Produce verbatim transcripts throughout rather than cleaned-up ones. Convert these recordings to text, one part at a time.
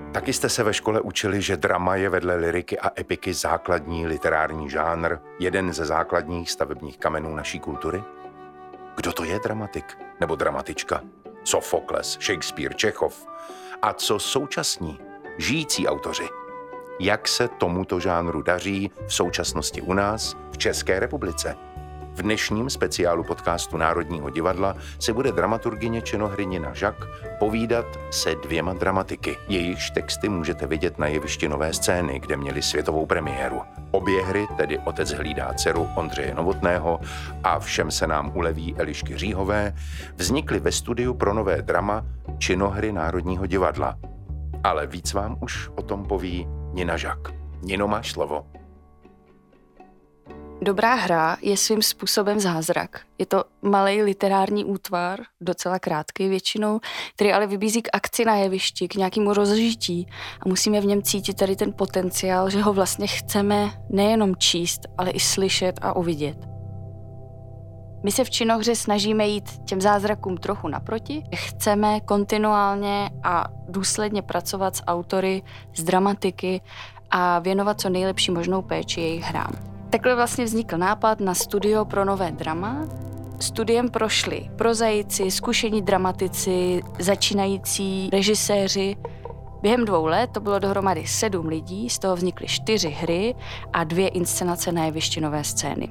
Taky jste se ve škole učili, že drama je vedle lyriky a epiky základní literární žánr, jeden ze základních stavebních kamenů naší kultury? Kdo to je dramatik nebo dramatička? Sofokles, Shakespeare, Čechov. A co současní, žijící autoři? Jak se tomuto žánru daří v současnosti u nás, v České republice? V dnešním speciálu podcastu Národního divadla se bude dramaturgyně činohry Nina Žak povídat se dvěma dramatiky. Jejichž texty můžete vidět na jevišti Nové scény, kde měli světovou premiéru. Obě hry, tedy Otec hlídá dceru Ondřeje Novotného a Všem se nám uleví Elišky Říhové, vznikly ve studiu pro nové drama činohry Národního divadla. Ale víc vám už o tom poví Nina Žak. Nino, máš slovo. Dobrá hra je svým způsobem zázrak. Je to malej literární útvar, docela krátký většinou, který ale vybízí k akci na jevišti, k nějakému rozžití a musíme v něm cítit tady ten potenciál, že ho vlastně chceme nejenom číst, ale i slyšet a uvidět. My se v činohře snažíme jít těm zázrakům trochu naproti. Chceme kontinuálně a důsledně pracovat s autory, s dramatiky a věnovat co nejlepší možnou péči jejich hrám. Takhle vlastně vznikl nápad na studio pro nové drama. Studiem prošli prozaici, zkušení dramatici, začínající režiséři. Během dvou let to bylo dohromady sedm lidí, z toho vznikly čtyři hry a dvě inscenace na jevišti Nové scény.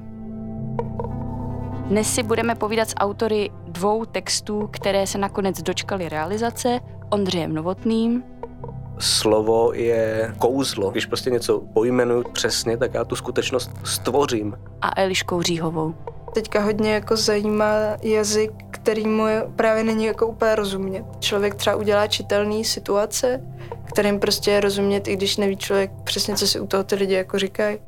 Dnes si budeme povídat s autory dvou textů, které se nakonec dočkaly realizace, Ondřejem Novotným. Slovo je kouzlo. Když prostě něco pojmenuju přesně, tak já tu skutečnost stvořím. A Eliškou Říhovou. Teďka hodně jako zajímá jazyk, který mu právě není jako úplně rozumět. Člověk třeba udělá čitelný situace, kterým prostě je rozumět, i když neví člověk přesně, co si u toho ty lidi jako říkají.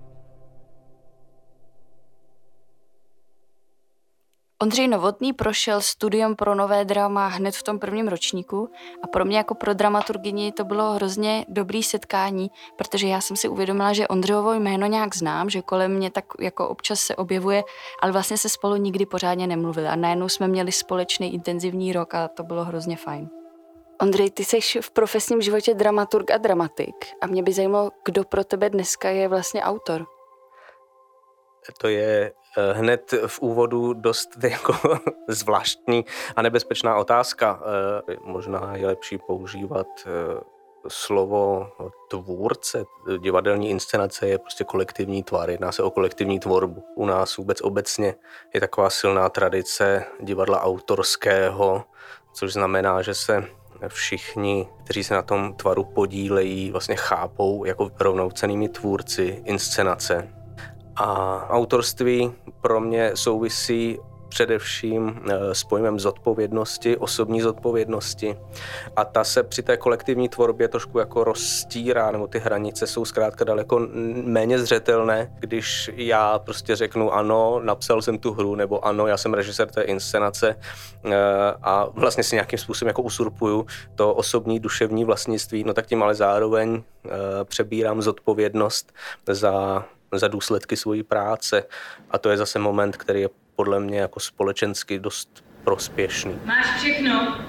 Ondřej Novotný prošel studiem pro nové drama hned v tom prvním ročníku a pro mě jako pro dramaturgyni to bylo hrozně dobrý setkání, protože já jsem si uvědomila, že Ondřejovo jméno nějak znám, že kolem mě tak jako občas se objevuje, ale vlastně se spolu nikdy pořádně nemluvili a najednou jsme měli společný intenzivní rok a to bylo hrozně fajn. Ondřej, ty jsi v profesním životě dramaturg a dramatik a mě by zajímalo, kdo pro tebe dneska je vlastně autor. To je hned v úvodu dost jako zvláštní a nebezpečná otázka. Možná je lepší používat slovo tvůrce. Divadelní inscenace je prostě kolektivní tvar, jedná se o kolektivní tvorbu. U nás vůbec obecně je taková silná tradice divadla autorského, což znamená, že se všichni, kteří se na tom tvaru podílejí, vlastně chápou jako rovnocennými tvůrci inscenace. A autorství pro mě souvisí především s pojmem zodpovědnosti, osobní zodpovědnosti. A ta se při té kolektivní tvorbě trošku jako rozstírá, nebo ty hranice jsou zkrátka daleko méně zřetelné, když já prostě řeknu ano, napsal jsem tu hru, nebo ano, já jsem režisér té inscenace a vlastně si nějakým způsobem jako usurpuju to osobní duševní vlastnictví, no tak tím ale zároveň přebírám zodpovědnost za za důsledky svojí práce. A to je zase moment, který je podle mě jako společensky dost prospěšný. Máš všechno?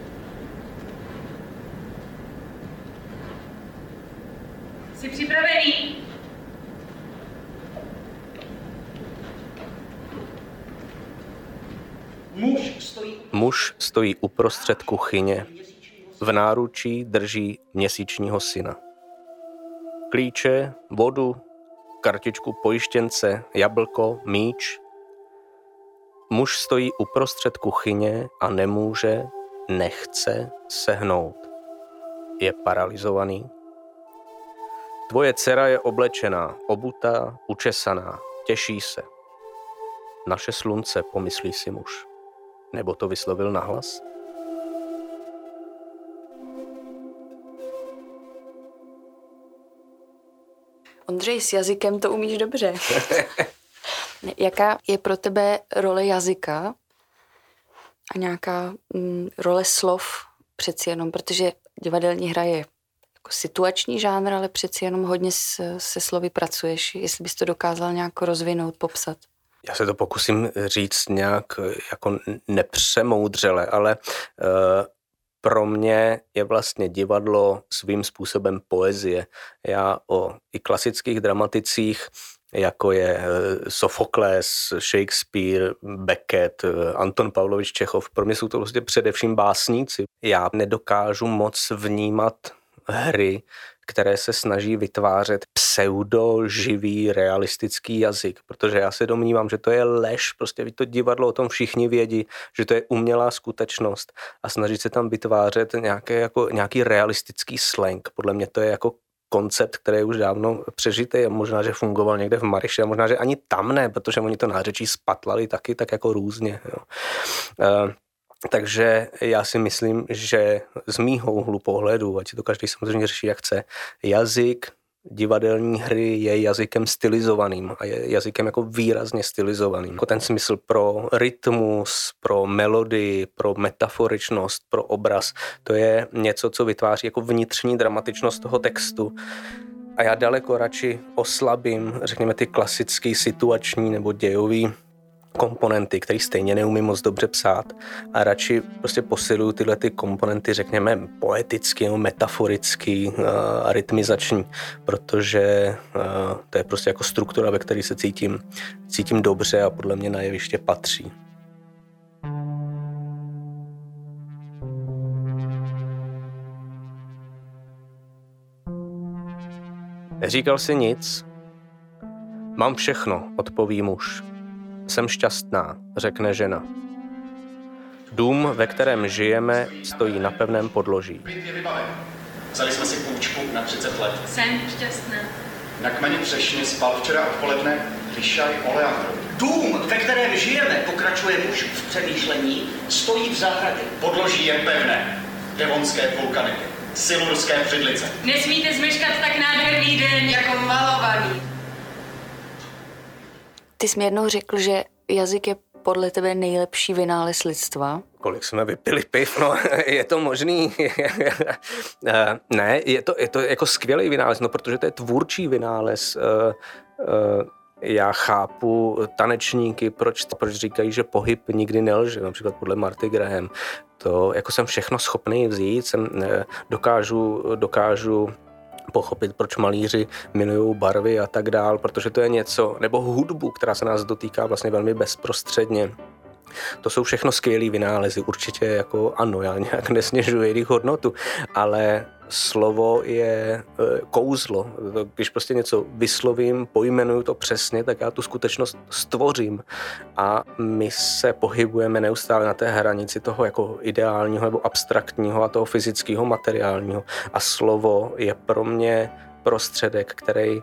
Jsi připravený? Muž stojí... Muž stojí uprostřed kuchyně. V náručí drží měsíčního syna. Klíče, vodu, kartičku pojištěnce, jablko, míč. Muž stojí uprostřed kuchyně a nemůže, nechce sehnout. Je paralyzovaný. Tvoje dcera je oblečená, obutá, učesaná, těší se. Naše slunce, pomyslí si muž. Nebo to vyslovil nahlas? Ondřej, s jazykem to umíš dobře. Jaká je pro tebe role jazyka a nějaká mm, role slov přeci jenom, protože divadelní hra je jako situační žánr, ale přeci jenom hodně se, se slovy pracuješ, jestli bys to dokázal nějak rozvinout, popsat. Já se to pokusím říct nějak jako nepřemoudřele, ale uh, pro mě je vlastně divadlo svým způsobem poezie. Já o i klasických dramaticích, jako je Sofokles, Shakespeare, Beckett, Anton Pavlovič Čechov, pro mě jsou to prostě především básníci. Já nedokážu moc vnímat hry, které se snaží vytvářet pseudoživý realistický jazyk, protože já se domnívám, že to je lež, prostě to divadlo o tom všichni vědí, že to je umělá skutečnost a snažit se tam vytvářet nějaké, jako, nějaký realistický slang. Podle mě to je jako koncept, který je už dávno přežitý a možná, že fungoval někde v Maryši a možná, že ani tam ne, protože oni to nářečí spatlali taky tak jako různě. Jo. Uh, Takže já si myslím, že z mýho úhlu pohledu, ať si to každý samozřejmě řeší jak chce, jazyk divadelní hry je jazykem stylizovaným a je jazykem jako výrazně stylizovaným. Jako ten smysl pro rytmus, pro melodii, pro metaforičnost, pro obraz, to je něco, co vytváří jako vnitřní dramatičnost toho textu. A já daleko radši oslabím, řekněme, ty klasický situační nebo dějový komponenty, které stejně neumím moc dobře psát a radši prostě posiluju tyhle ty komponenty, řekněme, poeticky nebo metaforicky a rytmizační, protože to je prostě jako struktura, ve které se cítím, cítím dobře a podle mě na jeviště patří. Neříkal si nic? Mám všechno, odpoví muž. Jsem šťastná, řekne žena. Dům, ve kterém žijeme, stojí na pevném podloží. Byt je vybaven. Vzali jsme si půjčku na třicet let. Jsem šťastná. Na kmeni třešně spal včera odpoledne Lišaj Oleandro. Dům, ve kterém žijeme, pokračuje muž v přemýšlení, stojí v zahradě. Podloží je pevné. Devonské vulkaniky. Silurské břidlice. Nesmíte zmeškat tak nádherný den jako malovaný. Ty jsi mi jednou řekl, že jazyk je podle tebe nejlepší vynález lidstva. Kolik jsme vypili piv, no, je to možný. Ne, je to, je to jako skvělý vynález, no, protože to je tvůrčí vynález. Já chápu tanečníky, proč, proč říkají, že pohyb nikdy nelže, například podle Marty Graham. To jako jsem všechno schopný vzít, jsem, dokážu, dokážu pochopit, proč malíři milují barvy a tak dál, protože to je něco, nebo hudbu, která se nás dotýká vlastně velmi bezprostředně. To jsou všechno skvělý vynálezy, určitě jako ano, já nějak nesnižuji jejich hodnotu, ale slovo je kouzlo. Když prostě něco vyslovím, pojmenuju to přesně, tak já tu skutečnost stvořím. A my se pohybujeme neustále na té hranici toho jako ideálního nebo abstraktního a toho fyzického, materiálního. A slovo je pro mě prostředek, který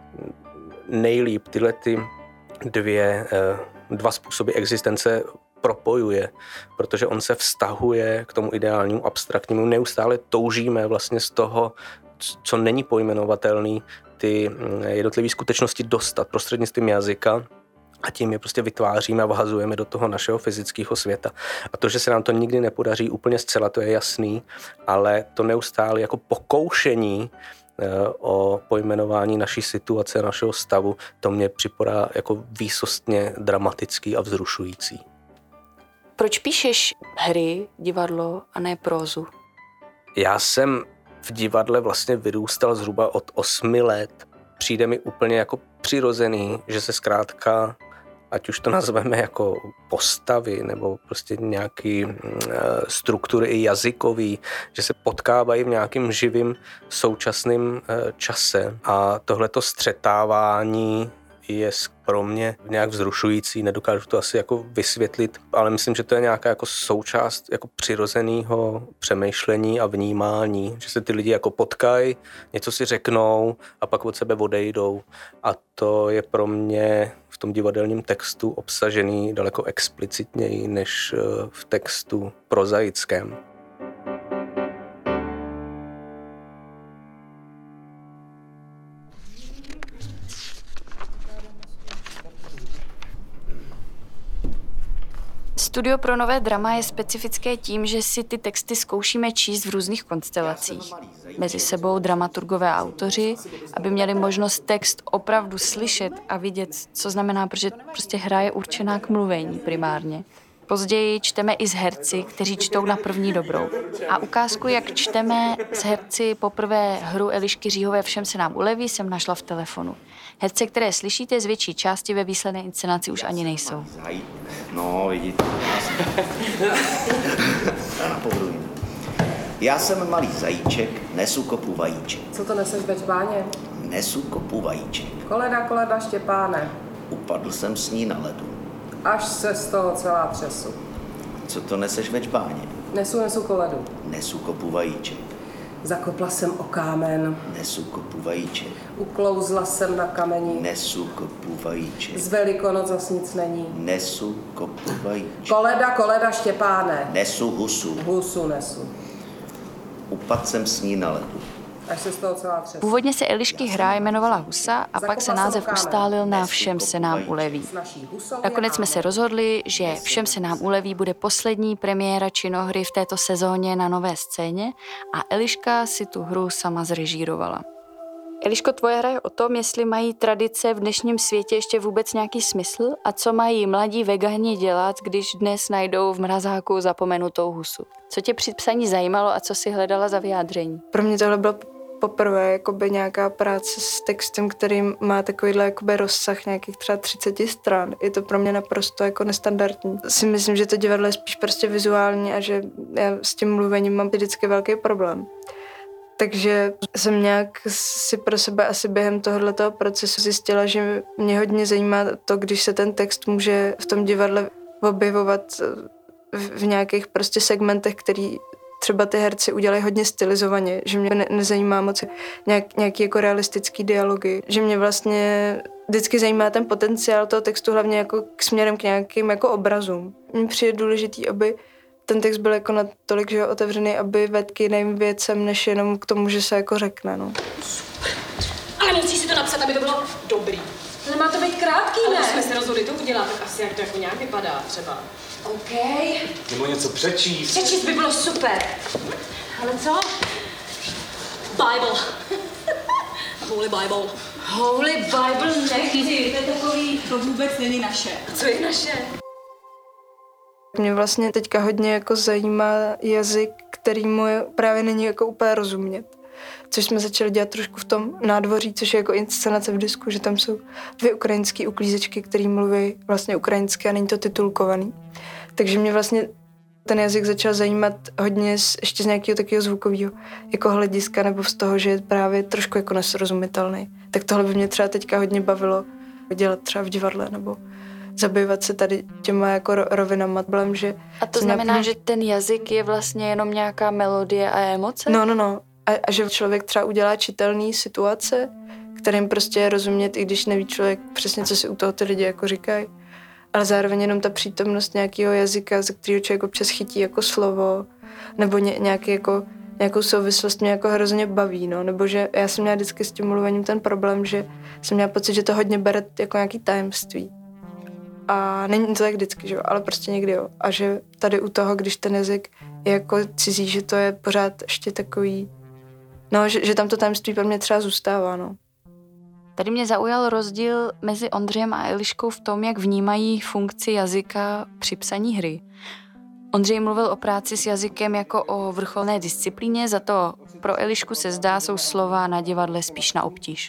nejlíp tyhle ty dvě, dva způsoby existence propojuje, protože on se vztahuje k tomu ideálnímu, abstraktnímu. Neustále toužíme vlastně z toho, co není pojmenovatelný, ty jednotlivé skutečnosti dostat prostřednictvím jazyka a tím je prostě vytváříme a vhazujeme do toho našeho fyzického světa. A to, že se nám to nikdy nepodaří úplně zcela, to je jasný, ale to neustále jako pokoušení o pojmenování naší situace, našeho stavu, to mě připadá jako výsostně dramatický a vzrušující. Proč píšeš hry, divadlo a ne prózu? Já jsem v divadle vlastně vyrůstal zhruba od osmi let. Přijde mi úplně jako přirozený, že se zkrátka, ať už to nazveme jako postavy nebo prostě nějaký struktury i jazykový, že se potkávají v nějakým živým současným čase. A tohleto střetávání je pro mě nějak vzrušující, nedokážu to asi jako vysvětlit, ale myslím, že to je nějaká jako součást jako přirozeného přemýšlení a vnímání, že se ty lidi jako potkají, něco si řeknou a pak od sebe odejdou a to je pro mě v tom divadelním textu obsažený daleko explicitněji než v textu prozaickém. Studio pro nové drama je specifické tím, že si ty texty zkoušíme číst v různých konstelacích. Mezi sebou dramaturgové a autoři, aby měli možnost text opravdu slyšet a vidět, co znamená, protože prostě hra je určená k mluvení primárně. Později čteme i s herci, kteří čtou na první dobrou. A ukázku, jak čteme s herci poprvé hru Elišky Říhové Všem se nám uleví, jsem našla v telefonu. Herce, které slyšíte, z větší části ve výsledné inscenaci už ani nejsou. No, vidíte. Já jsem malý zajíček, nesu kopu vajíček. Co to neseš ve čbáně? Nesu kopu vajíček. Koleda, koleda, Štěpáne. Upadl jsem s ní na ledu. Až se z toho celá třesu. Co to neseš ve čbáně? Nesu, nesu koledu. Nesu kopu vajíček. Zakopla jsem o kámen. Nesu kopu vajíček. Uklouzla jsem na kamení. Nesu kopu vajíček. Z Velikonoc zas nic není. Nesu kopu vajíček. Koleda, koleda, Štěpáne. Nesu husu. Husu nesu. Upadl jsem s ní na ledu. Až se z toho celá třesu. Původně se Elišky hra jmenovala Husa a pak se název ustálil na Všem se nám uleví. Nakonec jsme se rozhodli, že Všem se nám uleví bude poslední premiéra činohry v této sezóně na Nové scéně a Eliška si tu hru sama zrežírovala. Eliško, tvoje hra je o tom, jestli mají tradice v dnešním světě ještě vůbec nějaký smysl a co mají mladí vegani dělat, když dnes najdou v mrazáku zapomenutou husu. Co tě při psaní zajímalo a co si hledala za vyjádření? Pro mě tohle bylo poprvé jakoby nějaká práce s textem, který má takovýhle jakoby rozsah nějakých třeba třicet stran. Je to pro mě naprosto jako nestandardní. Si myslím, že to divadlo je spíš prostě vizuální a že já s tím mluvením mám vždycky velký problém. Takže jsem nějak si pro sebe asi během tohoto procesu zjistila, že mě hodně zajímá to, když se ten text může v tom divadle objevovat v nějakých prostě segmentech, který třeba ty herci udělají hodně stylizovaně, že mě ne- nezajímá moc nějak, nějaký jako realistický dialogy, že mě vlastně vždycky zajímá ten potenciál toho textu hlavně jako k směrem k nějakým jako obrazům. Mně přijde důležitý, aby ten text byl jako natolik, že je otevřený, aby vedl k jiným věcem, než jenom k tomu, že se jako řekne, no. Super. Ale musíš si to napsat, aby to bylo dobrý. Nemá to být krátký, ne? Ale jsme se rozhodli to udělat, tak asi jak to jako nějak vypadá třeba. OK. Nebo něco přečíst. Přečíst by bylo super. Ale co? Bible. Holy Bible. Holy Bible nechci, to je takový... To vůbec není naše. A co je naše? Mě vlastně teďka hodně jako zajímá jazyk, který mu právě není jako úplně rozumět. Což jsme začali dělat trošku v tom nádvoří, což je jako inscenace v disku, že tam jsou dvě ukrajinské uklízečky, které mluví vlastně ukrajinsky a není to titulkovaný. Takže mě vlastně ten jazyk začal zajímat hodně z, ještě z nějakého takového zvukového jako hlediska nebo z toho, že je právě trošku jako nesrozumitelný. Tak tohle by mě třeba teďka hodně bavilo dělat třeba v divadle nebo zabývat se tady těma jako rovinama. Blem, že A to znamená, nějaký... že ten jazyk je vlastně jenom nějaká melodie a emoce? No, no, no. A, a že člověk třeba udělá čitelný situace, kterým prostě je rozumět, i když neví člověk přesně, co si u toho ty lidi jako říkají. Ale zároveň jenom ta přítomnost nějakého jazyka, ze kterého člověk občas chytí jako slovo, nebo ně, nějaký jako, nějakou souvislost mě jako hrozně baví, no. Nebo že já jsem měla vždycky s tím mluvením ten problém, že jsem měla pocit, že to hodně bere jako nějaký tajemství. A není to tak vždycky, že jo, ale prostě někdy jo. A že tady u toho, když ten jazyk je jako cizí, že to je pořád ještě takový, no, že, že tam to tajemství pro mě třeba zůstává, no. Tady mě zaujal rozdíl mezi Ondřejem a Eliškou v tom, jak vnímají funkci jazyka při psaní hry. Ondřej mluvil o práci s jazykem jako o vrcholné disciplíně, za to pro Elišku se zdá, jsou slova na divadle spíš na obtíž.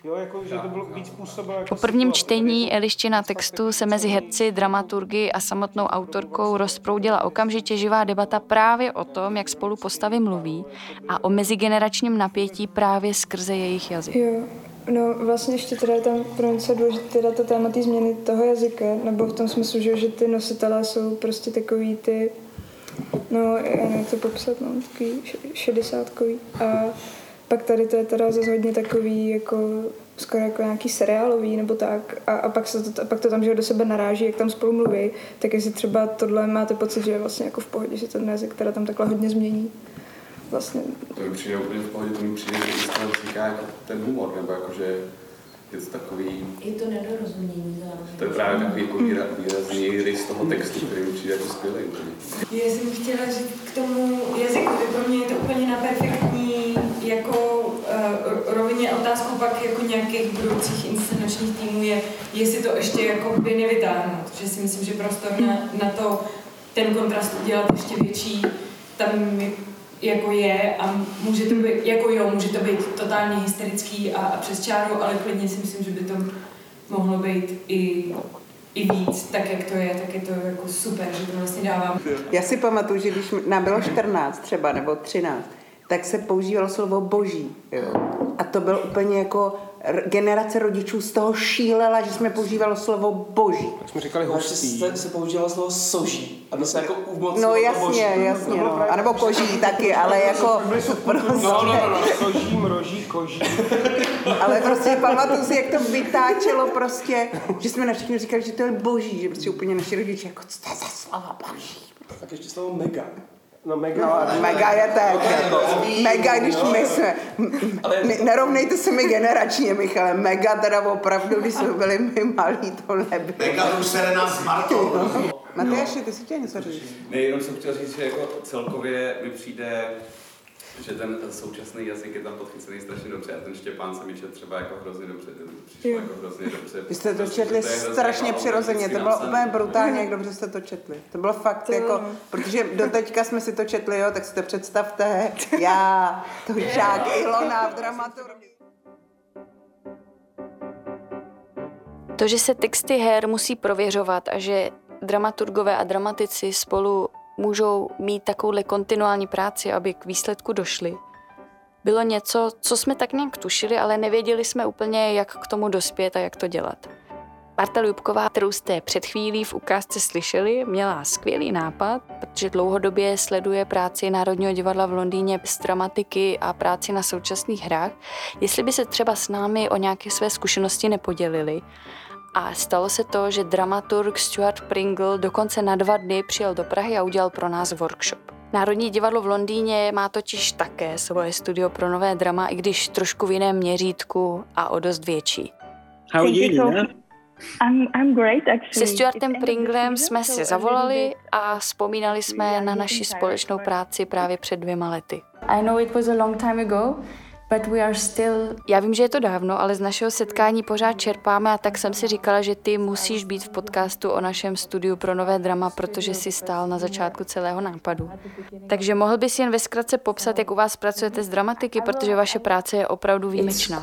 Po prvním čtení Eliščina textu se mezi herci, dramaturgy a samotnou autorkou rozproudila okamžitě živá debata právě o tom, jak spolu postavy mluví a o mezigeneračním napětí právě skrze jejich jazyk. Jo. No vlastně ještě teda je tam pro mě důležité teda to téma té změny toho jazyka, nebo v tom smyslu, že, že ty nositelé jsou prostě takový ty, no já nevím, jak to popsat, no, takový šedesátkový. A pak tady to je teda zase hodně takový jako skoro jako nějaký seriálový nebo tak. A, a pak, se to, pak to tam, že do sebe naráží, jak tam spolu mluví, tak jestli třeba tohle máte pocit, že je vlastně jako v pohodě, že ten jazyk teda tam takhle hodně změní. Vlastně. To mi přijde úplně v pohodě, to mi přijde, že tam vzniká jako ten humor, nebo jakože je to takový... Je to nedorozumění zároveň. To je právě takový jako výrazný rys toho textu, který mi přijde jako skvělý. Já jsem chtěla říct k tomu jazykovi, pro mě je to úplně na perfektní jako uh, rovině otázku pak jako nějakých budoucích inscenačních týmů je, jestli to ještě jako by nevytáhnout, že si myslím, že prostor na, na to ten kontrast udělat ještě větší, tam jako je a může to být, jako jo, může to být totálně hysterický a, a přes čáru, ale klidně si myslím, že by to mohlo být i, i víc, tak jak to je, tak je to jako super, že to vlastně dávám. Já si pamatuju, že když nám bylo čtrnáct třeba, nebo třináct, tak se používalo slovo boží. Jo. A to byl úplně jako generace rodičů z toho šílela, že jsme používali slovo boží. Tak jsme říkali hostí. Se, se používalo slovo soží. A to se jako umocnilo No jasně, boží. jasně. No. A nebo koží taky, ale jako prostě... No, no, no, no. Soží, mroží, koží. Ale prostě pamatuju si, jak to vytáčelo prostě, že jsme na všechny říkali, že to je boží, že prostě úplně naši rodiče, jako co to je za slova boží. Tak ještě slovo mega. No mega, no, mega je tak, jako, mega, když my jsme, ne, nerovnejte se mi generačně, Michale, mega teda opravdu, když jsme byli my malí, to nebylo. Mega to už se jde nás s Martou. Matyáši, ty si chtěl něco říct? Ne, jenom jsem chtěl říct, že jako celkově mi přijde, že ten současný jazyk je tam podchycený strašně dobře a ten Štěpán se mi čet třeba jako hrozně dobře, přišlo jako hrozně dobře. Vy jste to četli strašně přirozeně, to bylo úplně brutálně, jak dobře jste to četli. To bylo fakt jako, protože doteďka jsme si to četli, jo, tak si to představte, já, Tučák, Ilona v dramaturgii. To, že se texty her musí prověřovat a že dramaturgové a dramatici spolu můžou mít takovouhle kontinuální práci, aby k výsledku došli, bylo něco, co jsme tak nějak tušili, ale nevěděli jsme úplně, jak k tomu dospět a jak to dělat. Marta Ljubková, kterou jste před chvílí v ukázce slyšeli, měla skvělý nápad, protože dlouhodobě sleduje práci Národního divadla v Londýně z dramatiky a práci na současných hrách, jestli by se třeba s námi o nějaké své zkušenosti nepodělili. A stalo se to, že dramaturg Stuart Pringle dokonce na dva dny přijel do Prahy a udělal pro nás workshop. Národní divadlo v Londýně má totiž také svoje studio pro nové drama, i když trošku v jiném měřítku a o dost větší. How are you, Nina? I'm, I'm great, actually. Se Stuartem Pringlem jsme si zavolali a vzpomínali jsme na naši společnou práci právě před dvěma lety. I know it was a long time ago, but we are still... Já vím, že je to dávno, ale z našeho setkání pořád čerpáme a tak jsem si říkala, že ty musíš být v podcastu o našem studiu pro nové drama, protože jsi stál na začátku celého nápadu. Takže mohl bys jen ve zkratce popsat, jak u vás pracujete s dramatiky, protože vaše práce je opravdu výjimečná.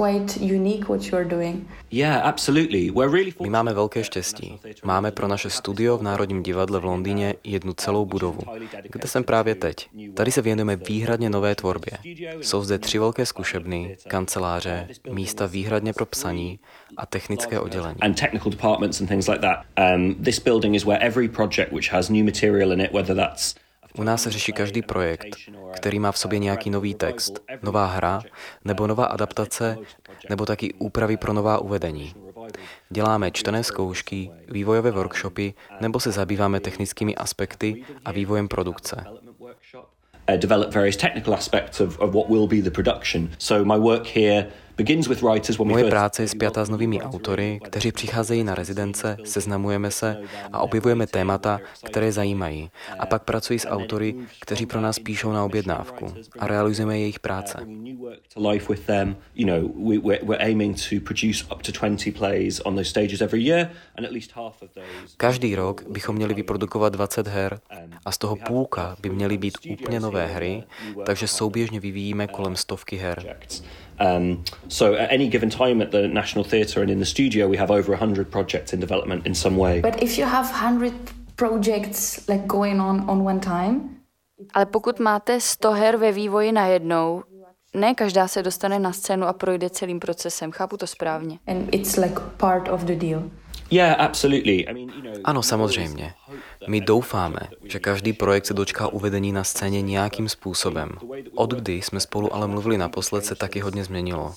My máme velké štěstí. Máme pro naše studio v Národním divadle v Londýně jednu celou budovu, kde jsem právě teď. Tady se věnujeme výhradně nové tvorbě. Jsou zde tři velké zkušebny, kanceláře, místa výhradně pro psaní a technické oddělení. And technical departments and things like that. Um, this building is where every project which has new material in it, whether that's U nás se řeší každý projekt, který má v sobě nějaký nový text, nová hra, nebo nová adaptace, nebo taky úpravy pro nová uvedení. Děláme čtené zkoušky, vývojové workshopy, nebo se zabýváme technickými aspekty a vývojem produkce. Uh, develop various technical aspects of, of what will be the production. So my work here begins with writers when we Moje first... práce je spjatá s novými autory, kteří přicházejí na rezidence, seznamujeme se a objevujeme témata, které zajímají. A pak pracuji s autory, kteří pro nás píšou na objednávku a realizujeme jejich práce. To life with them, you know, we, we're, we're aiming to produce up to twenty plays on those stages every year, and at least half of those... Každý rok bychom měli vyprodukovat dvacet her a z toho půlka by měly být úplně nové hry, takže souběžně vyvíjíme kolem stovky her. Um, so at any given time at the National Theatre and in the studio we have over one hundred projects in development in some way. But if you have one hundred projects like going on on one time, ale pokud máte sto her ve vývoji najednou, ne každá se dostane na scénu a projde celým procesem. Chápu to správně. And it's like part of the deal. Yeah, absolutely. I mean, you know, ano, samozřejmě. My doufáme, že každý projekt se dočká uvedení na scéně nějakým způsobem. Od kdy jsme spolu ale mluvili naposled, se taky hodně změnilo.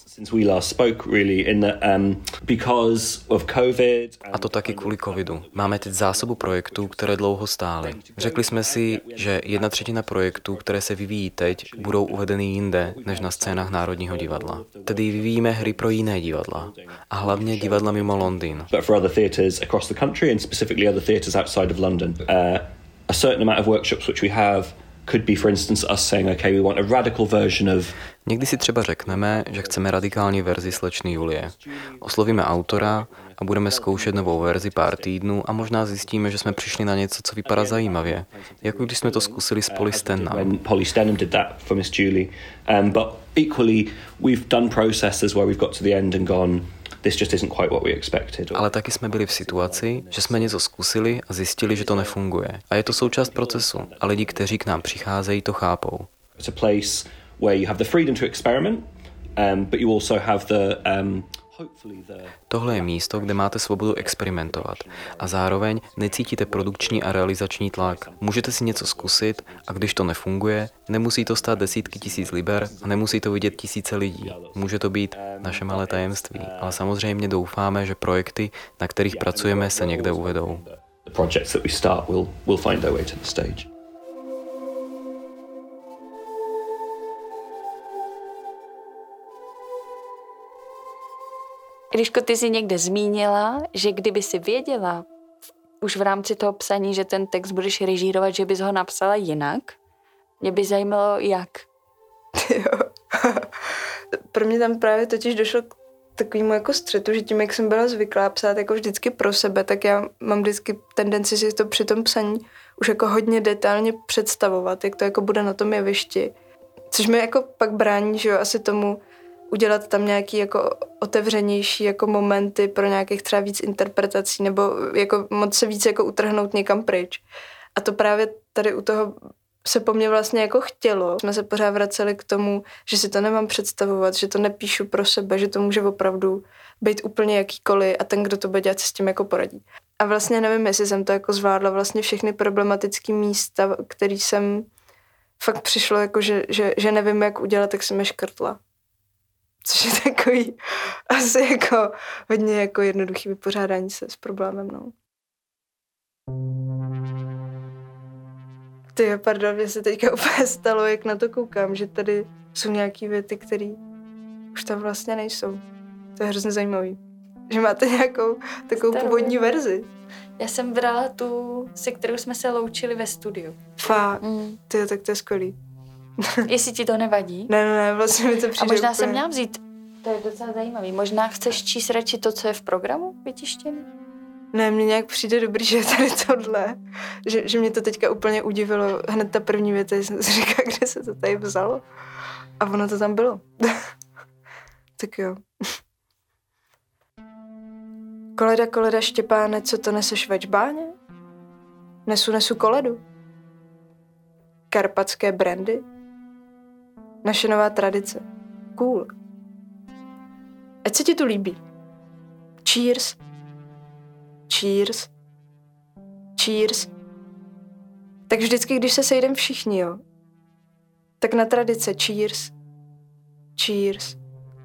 A to taky kvůli covidu. Máme teď zásobu projektů, které dlouho stály. Řekli jsme si, že jedna třetina projektů, které se vyvíjí teď, budou uvedeny jinde, než na scénách Národního divadla. Tedy vyvíjíme hry pro jiné divadla. A hlavně divadla mimo Londýn. Across the country and specifically other theatres outside of London. Uh, a certain amount of workshops which we have could be, for instance, us saying, okay, we want a radical version of... Někdy si třeba řekneme, že chceme radikální verzi Slečny Julie. Oslovíme autora a budeme zkoušet novou verzi pár týdnů a možná zjistíme, že jsme přišli na něco, co vypadá zajímavě. Jako když jsme to zkusili s Polly Stenham. Polly Stenham did that for Miss Julie. Um, but equally, we've done processes where we've got to the end and gone, this just isn't quite what we expected. Ale taky jsme byli v situaci, že jsme něco zkusili a zjistili, že to nefunguje. A je to součást procesu. A lidi, kteří k nám přicházejí, to chápou. It's a place where you have the freedom to experiment, um, but you also have the um, Tohle je místo, kde máte svobodu experimentovat a zároveň necítíte produkční a realizační tlak. Můžete si něco zkusit a když to nefunguje, nemusí to stát desítky tisíc liber a nemusí to vidět tisíce lidí. Může to být naše malé tajemství, ale samozřejmě doufáme, že projekty, na kterých pracujeme, se někde uvedou. The projects that we start will will find their way to the stage. Eliško, ty jsi někde zmínila, že kdyby si věděla už v rámci toho psaní, že ten text budeš režírovat, že bys ho napsala jinak. Mě by zajímalo, jak. Jo. Pro mě tam právě totiž došlo k takovému jako střetu, že tím, jak jsem byla zvyklá psát jako vždycky pro sebe, tak já mám vždycky tendenci si to při tom psaní už jako hodně detailně představovat, jak to jako bude na tom jevišti. Což mi jako pak brání, že jo, asi tomu udělat tam nějaký jako otevřenější jako momenty pro nějakých třeba víc interpretací nebo jako moc se víc jako utrhnout někam pryč. A to právě tady u toho se po mně vlastně jako chtělo. Jsme se pořád vraceli k tomu, že si to nemám představovat, že to nepíšu pro sebe, že to může opravdu být úplně jakýkoliv a ten, kdo to bude dělat, se s tím jako poradí. A vlastně nevím, jestli jsem to jako zvládla vlastně všechny problematické místa, který jsem fakt přišlo jako, že, že, že nevím, jak udělat, tak jsem je škrtla. Což je takový asi jako hodně jako jednoduchý vypořádání se s problémem, no. Ty, pardon, mě se teďka úplně stalo, jak na to koukám, že tady jsou nějaký věty, které už tam vlastně nejsou. To je hrozně zajímavý. Že máte nějakou takovou Starou. původní verzi. Já jsem brala tu, se kterou jsme se loučili ve studiu. Fakt? Mm. Ty, tak to je skvělý. Jestli ti to nevadí? Ne, ne, ne, vlastně mi to přijde. A možná úplně... jsem měla vzít. To je docela zajímavý. Možná chceš číst radši to, co je v programu vytištěný? Ne, mně nějak přijde dobrý, že je tady tohle. Že, že mě to teďka úplně udivilo. Hned ta první věta, jsem si říkala, kde se to tady vzalo. A ono to tam bylo. Tak jo. Koleda, koleda, Štěpáne, co to neseš ve čbáně? Nesu, nesu koledu. Karpatské brandy. Naše nová tradice. Cool. Ať se ti tu líbí. Cheers. Cheers. Cheers. Tak vždycky, když se sejdem všichni, jo, tak na tradice cheers. Cheers.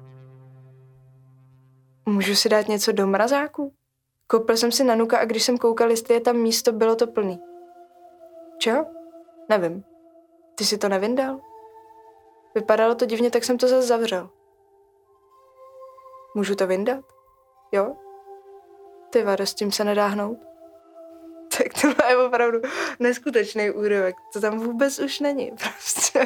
Můžu si dát něco do mrazáku? Koupil jsem si nanuka a když jsem koukal, jestli je tam místo, bylo to plný. Čo? Nevím. Ty si to nevyndal? Vypadalo to divně, tak jsem to zase zavřel. Můžu to vyndat? Jo? Ty vado, s tím se nedá hnout. Tak to je opravdu neskutečný úryvek. To tam vůbec už není, prostě.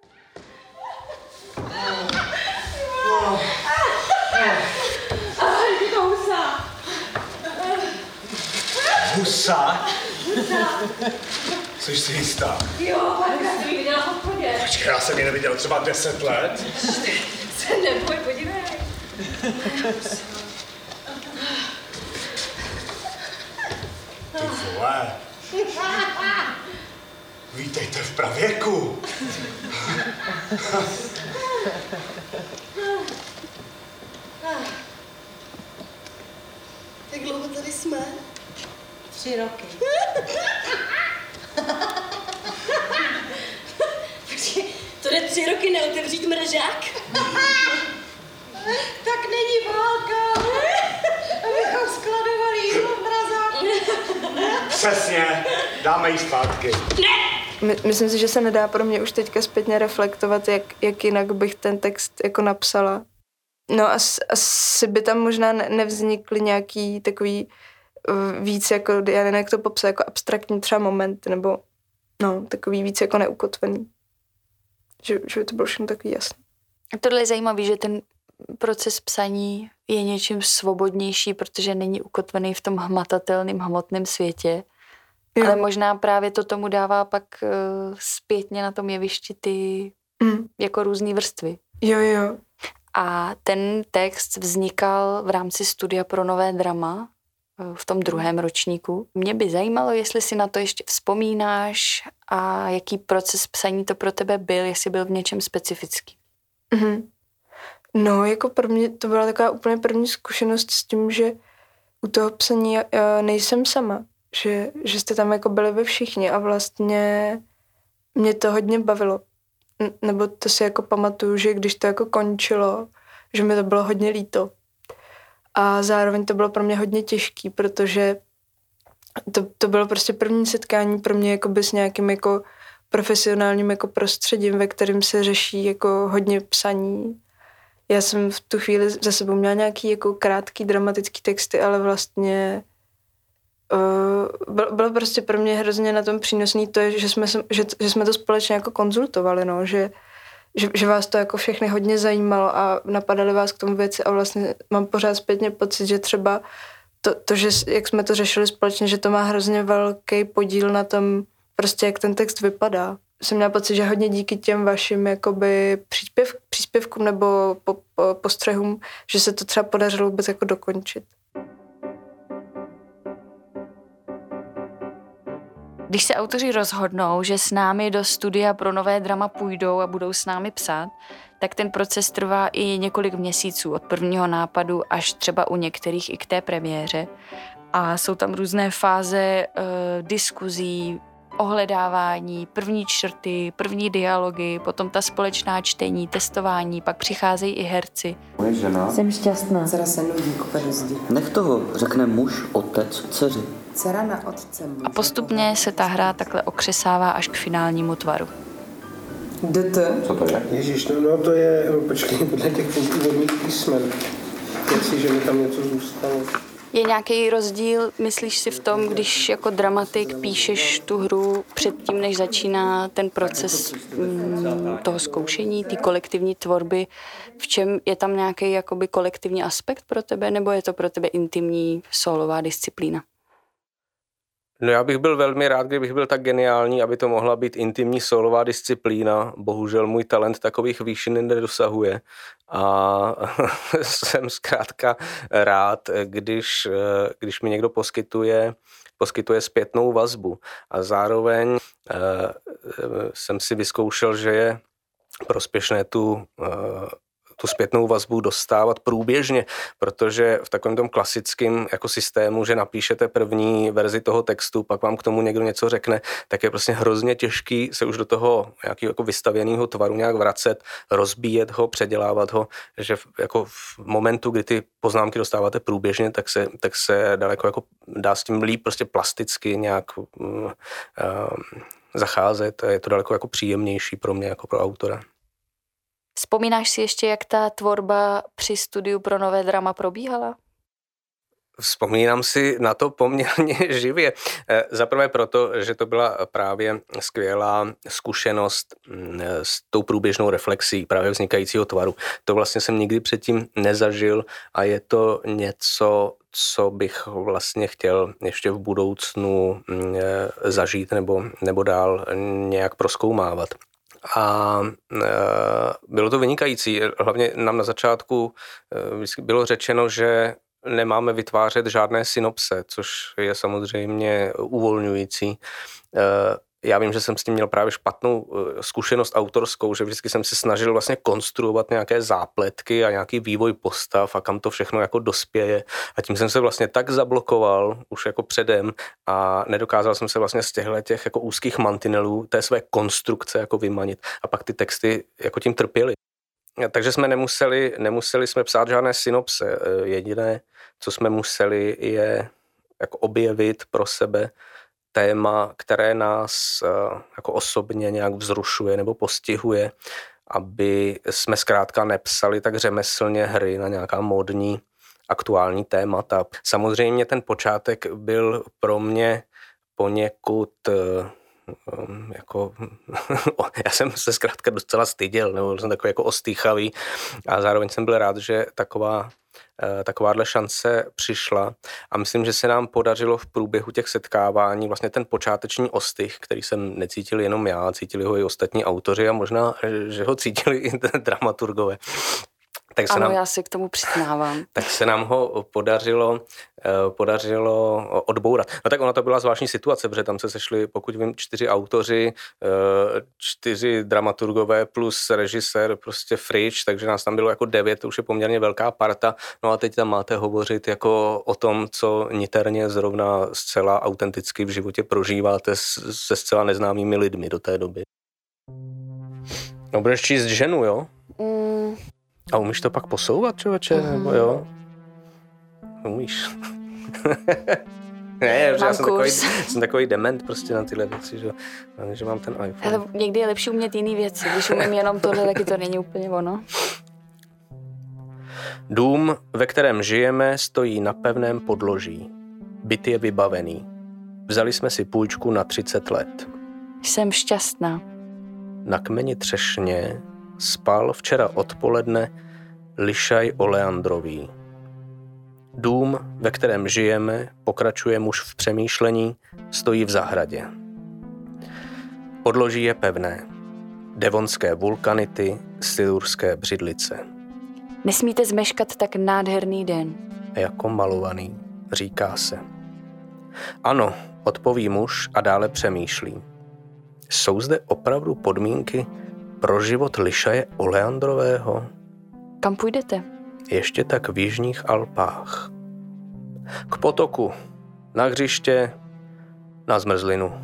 Ahoj, to husa. Husa? Jsi si jistá? Jo, já jsem ji viděla v obchodě. Počkej, já jsem ji neviděl třeba deset let. Se neboj, podívej. Ty vole. Vítejte v pravěku. Jak dlouho tady jsme? Tři roky. Počkej, to jde tři roky neotevřít mražák? Tak není válka, abychom skladovali jídlo v mrazáku. Přesně, dáme jí zpátky. My, myslím si, že se nedá pro mě už teďka zpětně reflektovat, jak, jak jinak bych ten text jako napsala. No as, asi by tam možná ne, nevznikly nějaký takový uh, víc jako, já nevím, jak to popsat, jako abstraktní třeba moment, nebo no, takový víc jako neukotvený. Že, že by to bylo všechno takový jasný. A tohle je zajímavý, že ten proces psaní je něčím svobodnější, protože není ukotvený v tom hmatatelném hmotném světě. Jo. Ale možná právě to tomu dává pak uh, zpětně na tom jevišti ty mm. jako různý vrstvy. Jo, jo. A ten text vznikal v rámci studia pro nové drama v tom druhém ročníku. Mě by zajímalo, jestli si na to ještě vzpomínáš a jaký proces psaní to pro tebe byl, jestli byl v něčem specifický. Mm-hmm. No, jako pro mě to byla taková úplně první zkušenost s tím, že u toho psaní já nejsem sama, že, že jste tam jako byli ve všichni a vlastně mě to hodně bavilo. Nebo to si jako pamatuju, že když to jako končilo, že mi to bylo hodně líto. A zároveň to bylo pro mě hodně těžký, protože to, to bylo prostě první setkání pro mě jakoby s nějakým jako profesionálním jako prostředím, ve kterém se řeší jako hodně psaní. Já jsem v tu chvíli za sebou měla nějaký jako krátký dramatický texty, ale vlastně uh, bylo, bylo prostě pro mě hrozně na tom přínosný to, že jsme, že, že jsme to společně jako konzultovali, no, že, že, že vás to jako všechny hodně zajímalo a napadaly vás k tomu věci a vlastně mám pořád zpětně pocit, že třeba to, to, že jak jsme to řešili společně, že to má hrozně velký podíl na tom prostě, jak ten text vypadá. Jsem měla pocit, že hodně díky těm vašim jakoby příspěv, příspěvkům nebo po, po, postřehům, že se to třeba podařilo vůbec jako dokončit. Když se autoři rozhodnou, že s námi do studia pro nové drama půjdou a budou s námi psát, tak ten proces trvá i několik měsíců od prvního nápadu až třeba u některých i k té premiéře. A jsou tam různé fáze e, diskuzí, ohledávání, první črty, první dialogy, potom ta společná čtení, testování, pak přicházejí i herci. Moje žena. Jsem šťastná. Dcera se nudí ku zdi. Nech toho, řekne muž, otec, dceři. Dcera na otce. A postupně se ta hra takhle okřesává až k finálnímu tvaru. D T. Co to je? Ježíš, no, no to je, počkej, podle těch původních písmen. Jestli, že mi tam něco zůstalo. Je nějaký rozdíl, myslíš si v tom, když jako dramatik píšeš tu hru předtím, než začíná ten proces mm, toho zkoušení, té kolektivní tvorby, v čem je tam nějaký jakoby kolektivní aspekt pro tebe, nebo je to pro tebe intimní solová disciplína? No já bych byl velmi rád, kdybych byl tak geniální, aby to mohla být intimní solová disciplína. Bohužel můj talent takových výšin nedosahuje. A jsem zkrátka rád, když, když mi někdo poskytuje, poskytuje zpětnou vazbu. A zároveň eh, jsem si vyzkoušel, že je prospěšné tu eh, tu zpětnou vazbu dostávat průběžně, protože v takovém tom klasickém jako systému, že napíšete první verzi toho textu, pak vám k tomu někdo něco řekne, tak je prostě hrozně těžký se už do toho nějakého jako vystavěného tvaru nějak vracet, rozbíjet ho, předělávat ho, že v, jako v momentu, kdy ty poznámky dostáváte průběžně, tak se, tak se daleko jako dá s tím líp prostě plasticky nějak uh, uh, zacházet. Je to daleko jako příjemnější pro mě jako pro autora. Vzpomínáš si ještě, jak ta tvorba při studiu pro nové drama probíhala? Vzpomínám si na to poměrně živě. Zaprvé proto, že to byla právě skvělá zkušenost s tou průběžnou reflexí právě vznikajícího tvaru. To vlastně jsem nikdy předtím nezažil a je to něco, co bych vlastně chtěl ještě v budoucnu zažít nebo, nebo dál nějak prozkoumávat. A e, bylo to vynikající. Hlavně nám na začátku e, bylo řečeno, že nemáme vytvářet žádné synopse, což je samozřejmě uvolňující. E, já vím, že jsem s tím měl právě špatnou zkušenost autorskou, že vždycky jsem se snažil vlastně konstruovat nějaké zápletky a nějaký vývoj postav a kam to všechno jako dospěje. A tím jsem se vlastně tak zablokoval už jako předem a nedokázal jsem se vlastně z těchto těch jako úzkých mantinelů té své konstrukce jako vymanit. A pak ty texty jako tím trpěly. Takže jsme nemuseli, nemuseli jsme psát žádné synopse. Jediné, co jsme museli, je jako objevit pro sebe téma, které nás jako osobně nějak vzrušuje nebo postihuje, aby jsme zkrátka nepsali tak řemeslně hry na nějaká módní aktuální témata. Samozřejmě ten počátek byl pro mě poněkud um, jako, já jsem se zkrátka docela styděl, nebo jsem takový jako ostýchavý a zároveň jsem byl rád, že taková takováhle šance přišla a myslím, že se nám podařilo v průběhu těch setkávání vlastně ten počáteční ostych, který jsem necítil jenom já, cítili ho i ostatní autoři a možná, že ho cítili i dramaturgové. Tak se ano, nám, já si k tomu přiznávám. Tak se nám ho podařilo, podařilo odbourat. No tak ona to byla zvláštní situace, protože tam se sešli, pokud vím, čtyři autoři, čtyři dramaturgové plus režisér, prostě Frič, takže nás tam bylo jako devět, to už je poměrně velká parta. No a teď tam máte hovořit jako o tom, co niterně zrovna zcela autenticky v životě prožíváte se zcela neznámými lidmi do té doby. No budeš číst ženu, jo? Mm. A umíš to pak posouvat, člověče, mm-hmm. nebo jo? Umíš. Ne, že já jsem takový, jsem takový dement prostě na tyhle věci, že, že mám ten iPhone. Ale někdy je lepší umět jiný věci. Když umím jenom tohle, taky to není úplně ono. Dům, ve kterém žijeme, stojí na pevném podloží. Byt je vybavený. Vzali jsme si půjčku na třicet let. Jsem šťastná. Na kmeni třešně spal včera odpoledne lišaj oleandrový. Dům, ve kterém žijeme, pokračuje muž v přemýšlení, stojí v zahradě. Podloží je pevné. Devonské vulkanity, silurské břidlice. Nesmíte zmeškat tak nádherný den. Jako malovaný, říká se. Ano, odpoví muž a dále přemýšlí. Jsou zde opravdu podmínky pro život lišaje oleandrového? Kam půjdete? Ještě tak v jižních Alpách. K potoku, na hřiště, na zmrzlinu.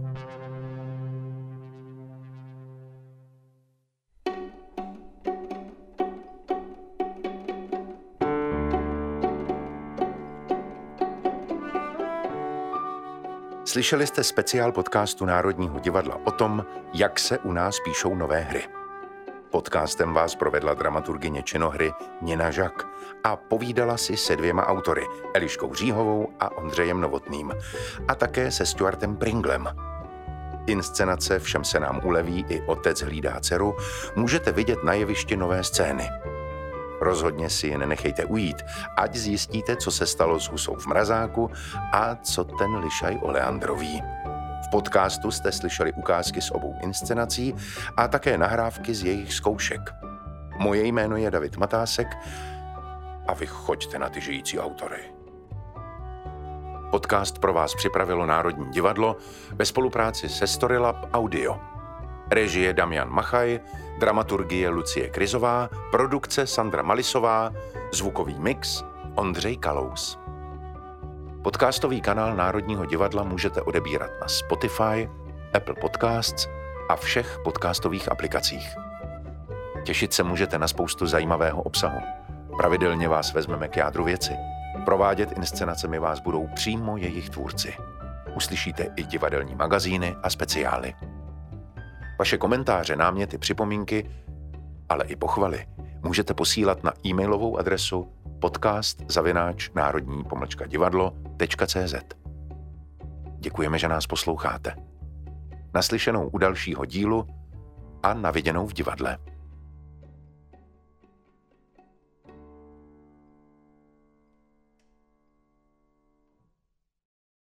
Slyšeli jste speciál podcastu Národního divadla o tom, jak se u nás píšou nové hry. Podcastem vás provedla dramaturgyně činohry Nina Žak a povídala si se dvěma autory, Eliškou Říhovou a Ondřejem Novotným, a také se Stuartem Pringlem. Inscenace Všem se nám uleví i Otec hlídá dceru můžete vidět na jevišti Nové scény. Rozhodně si je nenechejte ujít, ať zjistíte, co se stalo s husou v mrazáku a co ten lišaj oleandrový. V podcastu jste slyšeli ukázky z obou inscenací a také nahrávky z jejich zkoušek. Moje jméno je David Matásek a vy choďte na ty žijící autory. Podcast pro vás připravilo Národní divadlo ve spolupráci se Storylab Audio. Režie Damian Machaj, dramaturgie Lucie Kryzová, produkce Sandra Malisová, zvukový mix Ondřej Kalous. Podcastový kanál Národního divadla můžete odebírat na Spotify, Apple Podcasts a všech podcastových aplikacích. Těšit se můžete na spoustu zajímavého obsahu. Pravidelně vás vezmeme k jádru věci. Provádět inscenacemi vás budou přímo jejich tvůrci. Uslyšíte i divadelní magazíny a speciály. Vaše komentáře, náměty, připomínky, ale i pochvaly můžete posílat na e-mailovou adresu podcast zavináč národní pomlčka divadlo tečka cé zet. Děkujeme, že nás posloucháte. Naslyšenou u dalšího dílu a na viděnou v divadle.